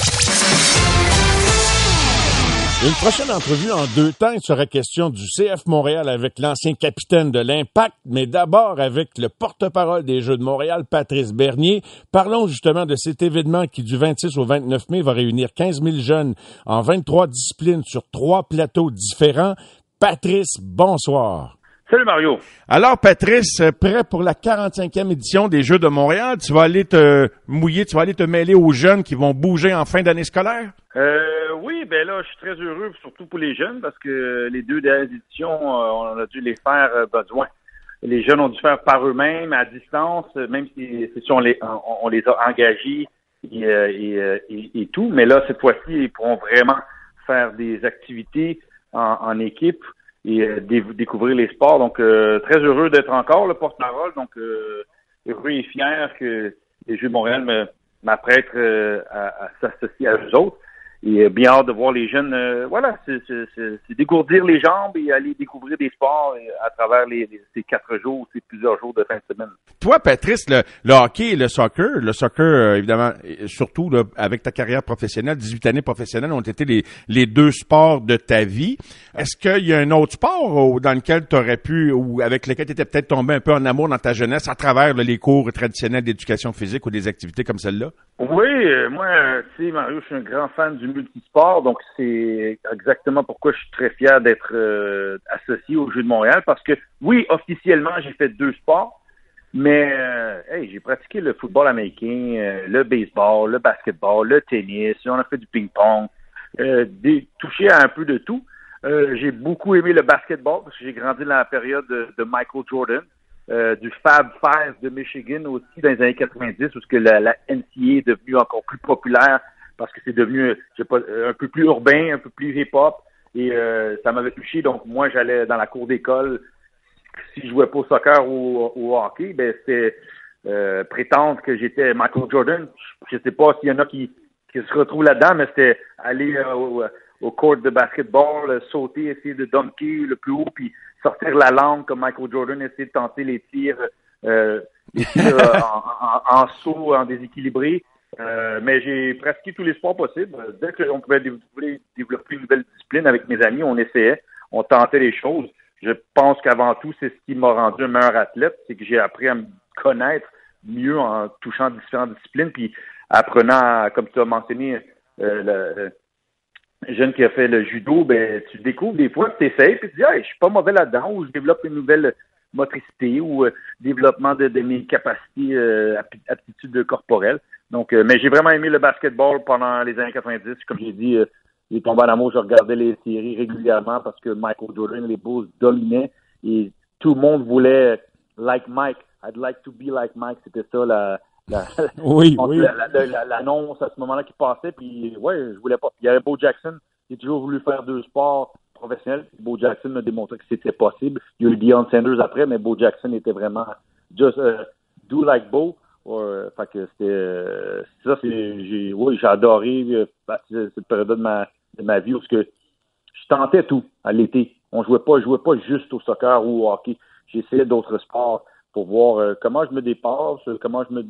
Une prochaine entrevue en 2 temps, il sera question du CF Montréal avec l'ancien capitaine de l'Impact, mais d'abord avec le porte-parole des Jeux de Montréal, Patrice Bernier. Parlons justement de cet événement qui, du 26 au 29 mai, va réunir 15 000 jeunes en 23 disciplines sur 3 plateaux différents. Patrice, bonsoir. Salut Mario. Alors Patrice, prêt pour la 45e édition des Jeux de Montréal? Tu vas aller te mouiller, tu vas aller te mêler aux jeunes qui vont bouger en fin d'année scolaire? Oui, ben là, je suis très heureux, surtout pour les jeunes, parce que les 2 dernières éditions, on a dû les faire besoin. Les jeunes ont dû faire par eux-mêmes, à distance, même si on les a engagés et tout. Mais là, cette fois-ci, ils pourront vraiment faire des activités en équipe et découvrir les sports. Donc, très heureux d'être encore le porte-parole. Donc, heureux et fier que les Jeux de Montréal m'apprêtent à s'associer à eux autres. bien hâte de voir les jeunes. C'est dégourdir les jambes et aller découvrir des sports à travers ces 4 jours, ces plusieurs jours de fin de semaine. Toi, Patrice, le hockey et le soccer, évidemment, surtout là, avec ta carrière professionnelle, 18 années professionnelles ont été les 2 sports de ta vie. Est-ce qu'il y a un autre sport dans lequel tu aurais pu, ou avec lequel tu étais peut-être tombé un peu en amour dans ta jeunesse à travers les cours traditionnels d'éducation physique ou des activités comme celle-là? Oui, moi, tu sais, Mario, je suis un grand fan du multisport, donc c'est exactement pourquoi je suis très fier d'être associé aux Jeux de Montréal, parce que, oui, officiellement, j'ai fait 2 sports, mais j'ai pratiqué le football américain, le baseball, le basketball, le tennis, on a fait du ping-pong, touché à un peu de tout. J'ai beaucoup aimé le basketball, parce que j'ai grandi dans la période de Michael Jordan. Du Fab Five de Michigan aussi dans les années 90, où la NCAA est devenue encore plus populaire parce que c'est devenu, un peu plus urbain, un peu plus hip-hop, et ça m'avait touché. Donc moi, j'allais dans la cour d'école. Si je jouais pas au soccer ou au hockey, ben c'était prétendre que j'étais Michael Jordan. Je sais pas s'il y en a qui se retrouvent là-dedans, mais c'était aller au court de basketball, sauter, essayer de dunker le plus haut, puis sortir la langue comme Michael Jordan, essayer de tenter les tirs en saut, en déséquilibré. Mais j'ai pratiqué tous les sports possibles. Dès qu'on pouvait développer une nouvelle discipline avec mes amis, on essayait, on tentait les choses. Je pense qu'avant tout, c'est ce qui m'a rendu un meilleur athlète, c'est que j'ai appris à me connaître mieux en touchant différentes disciplines, puis apprenant, comme tu as mentionné, le jeune qui a fait le judo, ben tu découvres des fois, tu essayes, puis tu dis, hey, je suis pas mauvais là-dedans, ou je développe une nouvelle motricité, ou développement de mes capacités, aptitudes corporelles. Donc, mais j'ai vraiment aimé le basketball pendant les années 90. Comme j'ai dit, j'ai tombé en amour, je regardais les séries régulièrement parce que Michael Jordan, les Bulls dominaient, et tout le monde voulait like Mike. I'd like to be like Mike. C'était ça oui. l'annonce à ce moment-là qui passait, puis ouais, je voulais pas. Il y avait Bo Jackson, qui a toujours voulu faire 2 sports professionnels. Bo Jackson a démontré que c'était possible. Il y a eu Deion Sanders après, mais Bo Jackson était vraiment just do like Bo. Fait que c'était ça, j'ai adoré cette période de ma vie, parce que je tentais tout à l'été. Je jouais pas juste au soccer ou au hockey. J'essayais d'autres sports pour voir comment je me dépasse, comment je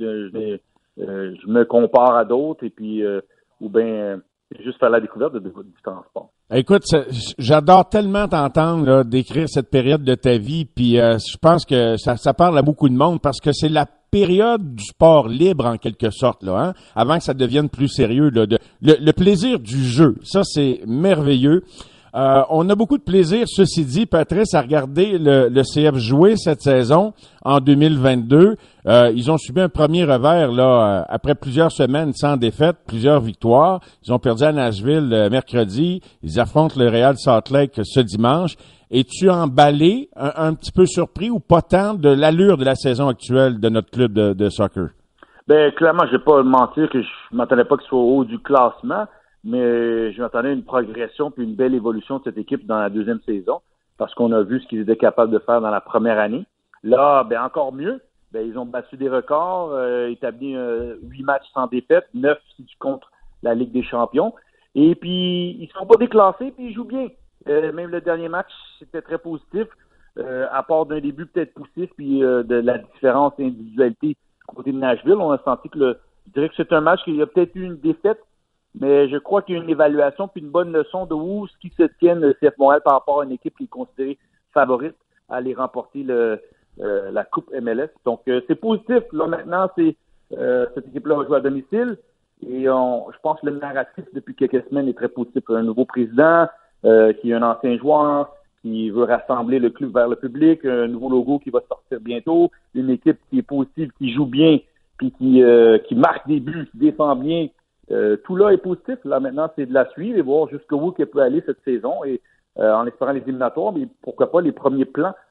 me compare à d'autres, et puis ou bien juste faire la découverte de différents sports. Écoute, j'adore tellement t'entendre là, décrire cette période de ta vie, puis je pense que ça parle à beaucoup de monde, parce que c'est la période du sport libre en quelque sorte là, hein, avant que ça devienne plus sérieux là, le plaisir du jeu. Ça, c'est merveilleux. On a beaucoup de plaisir, ceci dit, Patrice, à regarder le CF jouer cette saison en 2022. Ils ont subi un premier revers là après plusieurs semaines sans défaite, plusieurs victoires. Ils ont perdu à Nashville mercredi. Ils affrontent le Real Salt Lake ce dimanche. Es-tu emballé, un petit peu surpris ou pas tant de l'allure de la saison actuelle de notre club de soccer? Ben clairement, je vais pas mentir que je m'attendais pas qu'il soit au haut du classement, mais je m'attendais à une progression puis une belle évolution de cette équipe dans la deuxième saison, parce qu'on a vu ce qu'ils étaient capables de faire dans la première année. Là, ben encore mieux, ben ils ont battu des records, établi 8 matchs sans défaite, 9 si tu comptes la Ligue des Champions, et puis ils sont pas déclassés puis ils jouent bien. Même le dernier match, c'était très positif, à part d'un début peut-être poussif puis de la différence d'individualité côté de Nashville. On a senti que je dirais que c'est un match qu'il y a peut-être eu une défaite, mais je crois qu'il y a une évaluation puis une bonne leçon de où ce qui se tienne le CF Montréal par rapport à une équipe qui est considérée favorite à aller remporter la Coupe MLS. Donc c'est positif. Là maintenant, c'est cette équipe-là va jouer à domicile, et je pense que le narratif depuis quelques semaines est très positif. Un nouveau président qui est un ancien joueur, qui veut rassembler le club vers le public, un nouveau logo qui va sortir bientôt, une équipe qui est positive, qui joue bien, puis qui marque des buts, qui défend bien. Tout là est positif. Là maintenant, c'est de la suivre et voir jusqu'où qu'elle peut aller cette saison, et en espérant les éliminatoires, mais pourquoi pas les premiers plans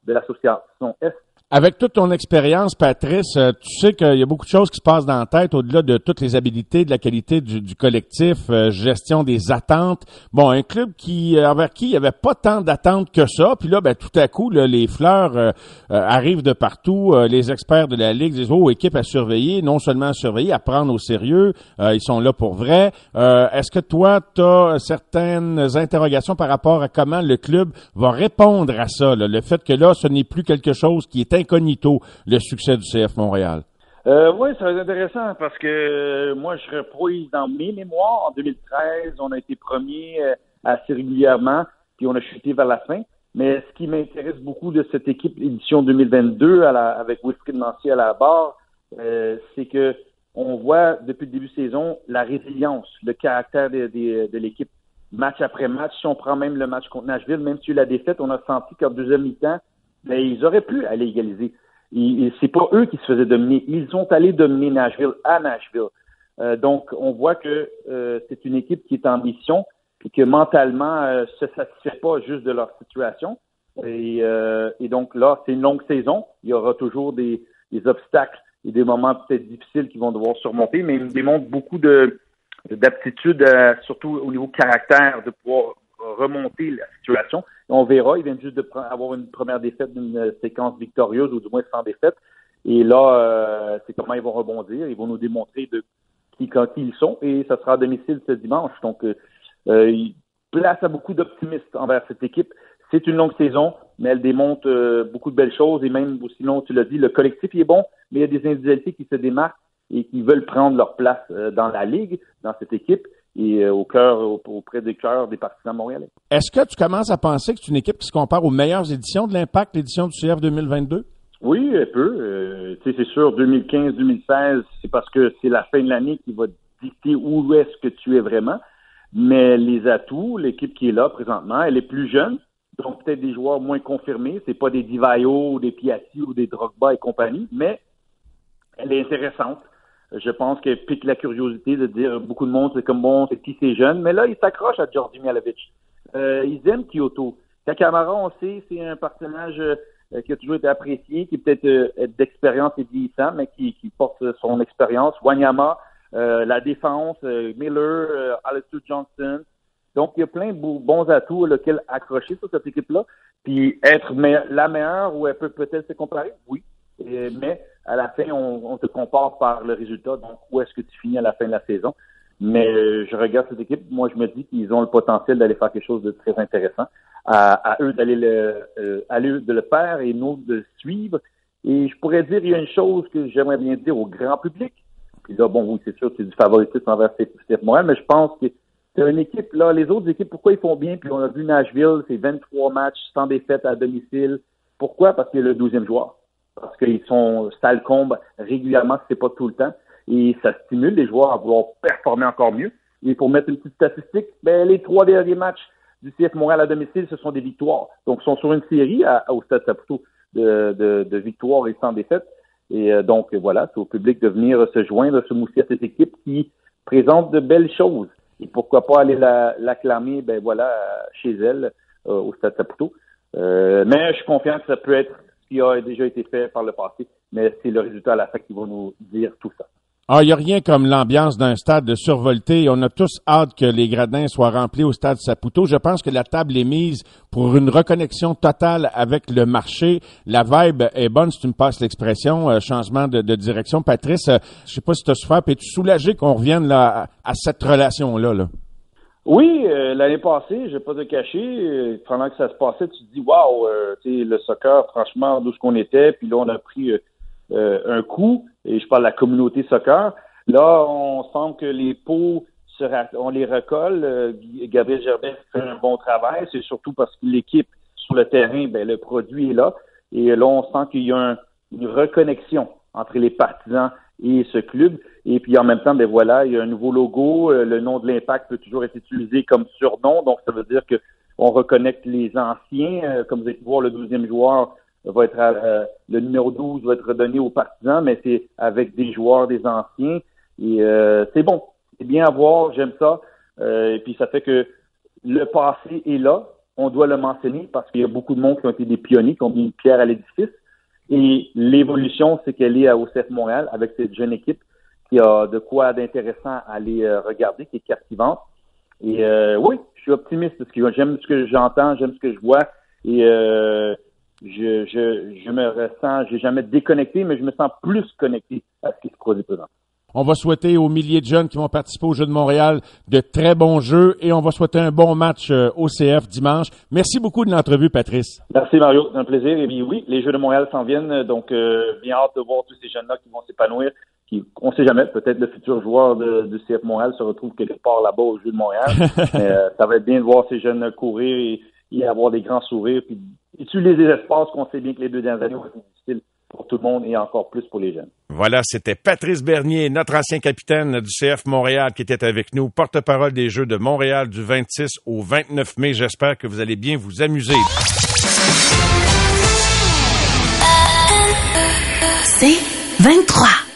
de l'association Est. Avec toute ton expérience, Patrice, tu sais qu'il y a beaucoup de choses qui se passent dans la tête au-delà de toutes les habilités, de la qualité du collectif, gestion des attentes. Bon, un club envers qui il n'y avait pas tant d'attentes que ça, puis là, ben tout à coup, là, les fleurs arrivent de partout. Les experts de la Ligue disent « Oh, équipe à surveiller, non seulement à surveiller, à prendre au sérieux. Ils sont là pour vrai. » Est-ce que toi, tu as certaines interrogations par rapport à comment le club va répondre à ça, là, le fait que là, ce n'est plus quelque chose qui est incognito, le succès du CF Montréal? Oui, ça va être intéressant parce que moi, je reprise dans mes mémoires. En 2013, on a été premier assez régulièrement, puis on a chuté vers la fin. Mais ce qui m'intéresse beaucoup de cette équipe édition 2022 avec Wilfried Nancy à la barre, c'est que on voit depuis le début de saison la résilience, le caractère de l'équipe. Match après match, si on prend même le match contre Nashville, même si la défaite, on a senti qu'en deuxième mi-temps, ben, ils auraient pu aller égaliser. C'est pas eux qui se faisaient dominer. Ils sont allés dominer Nashville à Nashville. Donc, on voit que c'est une équipe qui est en mission et que mentalement se satisfait pas juste de leur situation. Et donc là, c'est une longue saison. Il y aura toujours des obstacles et des moments peut-être difficiles qu'ils vont devoir surmonter, mais ils démontrent beaucoup d'aptitude, surtout au niveau caractère, de pouvoir remonter la situation. Et on verra, ils viennent juste avoir une première défaite d'une séquence victorieuse, ou du moins sans défaite. Et là, c'est comment ils vont rebondir. Ils vont nous démontrer qui ils sont. Et ça sera à domicile ce dimanche. Donc, il place à beaucoup d'optimistes envers cette équipe. C'est une longue saison, mais elle démontre beaucoup de belles choses. Et même, sinon, tu l'as dit, le collectif il est bon, mais il y a des individualités qui se démarquent et qui veulent prendre leur place dans la Ligue, dans cette équipe. Et auprès des cœurs des partisans montréalais. Est-ce que tu commences à penser que c'est une équipe qui se compare aux meilleures éditions de l'Impact, l'édition du CF 2022? Oui, un peu. C'est sûr, 2015-2016, c'est parce que c'est la fin de l'année qui va dicter où est-ce que tu es vraiment. Mais les atouts, l'équipe qui est là présentement, elle est plus jeune, donc peut-être des joueurs moins confirmés. C'est pas des Divayo ou des Piatti ou des Drogba et compagnie, mais elle est intéressante. Je pense qu'elle pique la curiosité de dire beaucoup de monde, c'est comme bon, c'est qui ces jeunes. Mais là, ils s'accrochent à Georgi Mihalovic. Ils aiment Kyoto. Kakamara, on sait, c'est un personnage qui a toujours été apprécié, qui est peut-être d'expérience et vieillissant, mais qui porte son expérience. Wanyama, la défense, Miller, Alistair Johnston. Donc, il y a plein de bons atouts auxquels accrocher sur cette équipe-là. Puis être la meilleure, ou elle peut peut-être se comparer, oui. Mais à la fin, on te compare par le résultat. Donc, où est-ce que tu finis à la fin de la saison? Mais je regarde cette équipe. Moi, je me dis qu'ils ont le potentiel d'aller faire quelque chose de très intéressant. À eux d'aller de le faire et nous de suivre. Et je pourrais dire, il y a une chose que j'aimerais bien dire au grand public. Puis là, bon, oui, c'est sûr, c'est du favoritisme envers CF Montréal, mais je pense que c'est une équipe, là, les autres équipes, pourquoi ils font bien? Puis on a vu Nashville, c'est 23 matchs sans défaite à domicile. Pourquoi? Parce qu'il y a le 12e joueur. Parce qu'ils sont salcombes régulièrement, c'est pas tout le temps. Et ça stimule les joueurs à vouloir performer encore mieux. Et pour mettre une petite statistique, les 3 derniers matchs du CF Montréal à domicile, ce sont des victoires. Donc, ils sont sur une série au Stade Saputo de victoires et sans défaite. Et donc, voilà, c'est au public de venir se joindre, se mousser à cette équipe qui présente de belles choses. Et pourquoi pas aller l'acclamer, chez elle, au Stade Saputo. Mais je suis confiant que ça peut être qui a déjà été fait par le passé, mais c'est le résultat à la fin qui va nous dire tout ça. Ah, il n'y a rien comme l'ambiance d'un stade survolté. On a tous hâte que les gradins soient remplis au stade Saputo. Je pense que la table est mise pour une reconnexion totale avec le marché. La vibe est bonne, si tu me passes l'expression, changement de direction. Patrice, je sais pas si tu as souffert, puis es-tu soulagé qu'on revienne là à cette relation-là, là? Oui, l'année passée, je vais pas te cacher, pendant que ça se passait, tu te dis waouh, le soccer, franchement, d'où ce qu'on était, puis là on a pris un coup, et je parle de la communauté soccer. Là, on sent que les pots on les recolle. Gabriel Gerbet fait un bon travail, c'est surtout parce que l'équipe sur le terrain, le produit est là, et là on sent qu'il y a une reconnexion entre les partisans et ce club. Et puis en même temps, il y a un nouveau logo. Le nom de l'Impact peut toujours être utilisé comme surnom. Donc ça veut dire que on reconnecte les anciens. Comme vous allez voir, le 12e joueur va être le numéro 12 va être redonné aux partisans, mais c'est avec des joueurs des anciens. Et c'est bon. C'est bien à voir, j'aime ça. Et puis ça fait que le passé est là. on doit le mentionner parce qu'il y a beaucoup de monde qui ont été des pionniers, qui ont mis une pierre à l'édifice. Et l'évolution, c'est qu'elle est au CF Montréal avec cette jeune équipe qui a de quoi d'intéressant à aller regarder, qui est captivante. Et oui, je suis optimiste parce que j'aime ce que j'entends, j'aime ce que je vois. Et je me ressens, j'ai jamais déconnecté, mais je me sens plus connecté à ce qui se produit présent. On va souhaiter aux milliers de jeunes qui vont participer aux Jeux de Montréal de très bons jeux et on va souhaiter un bon match au CF dimanche. Merci beaucoup de l'entrevue, Patrice. Merci, Mario. C'est un plaisir. Et bien, oui, les Jeux de Montréal s'en viennent, donc bien hâte de voir tous ces jeunes-là qui vont s'épanouir. On ne sait jamais, peut-être le futur joueur du CF Montréal se retrouve quelque part là-bas aux Jeux de Montréal. Ça va être bien de voir ces jeunes courir et avoir des grands sourires, puis utiliser les espaces qu'on sait bien que les 2 dernières années ont été difficiles pour tout le monde et encore plus pour les jeunes. Voilà, c'était Patrice Bernier, notre ancien capitaine du CF Montréal qui était avec nous, porte-parole des Jeux de Montréal du 26 au 29 mai. J'espère que vous allez bien vous amuser. C'est 23.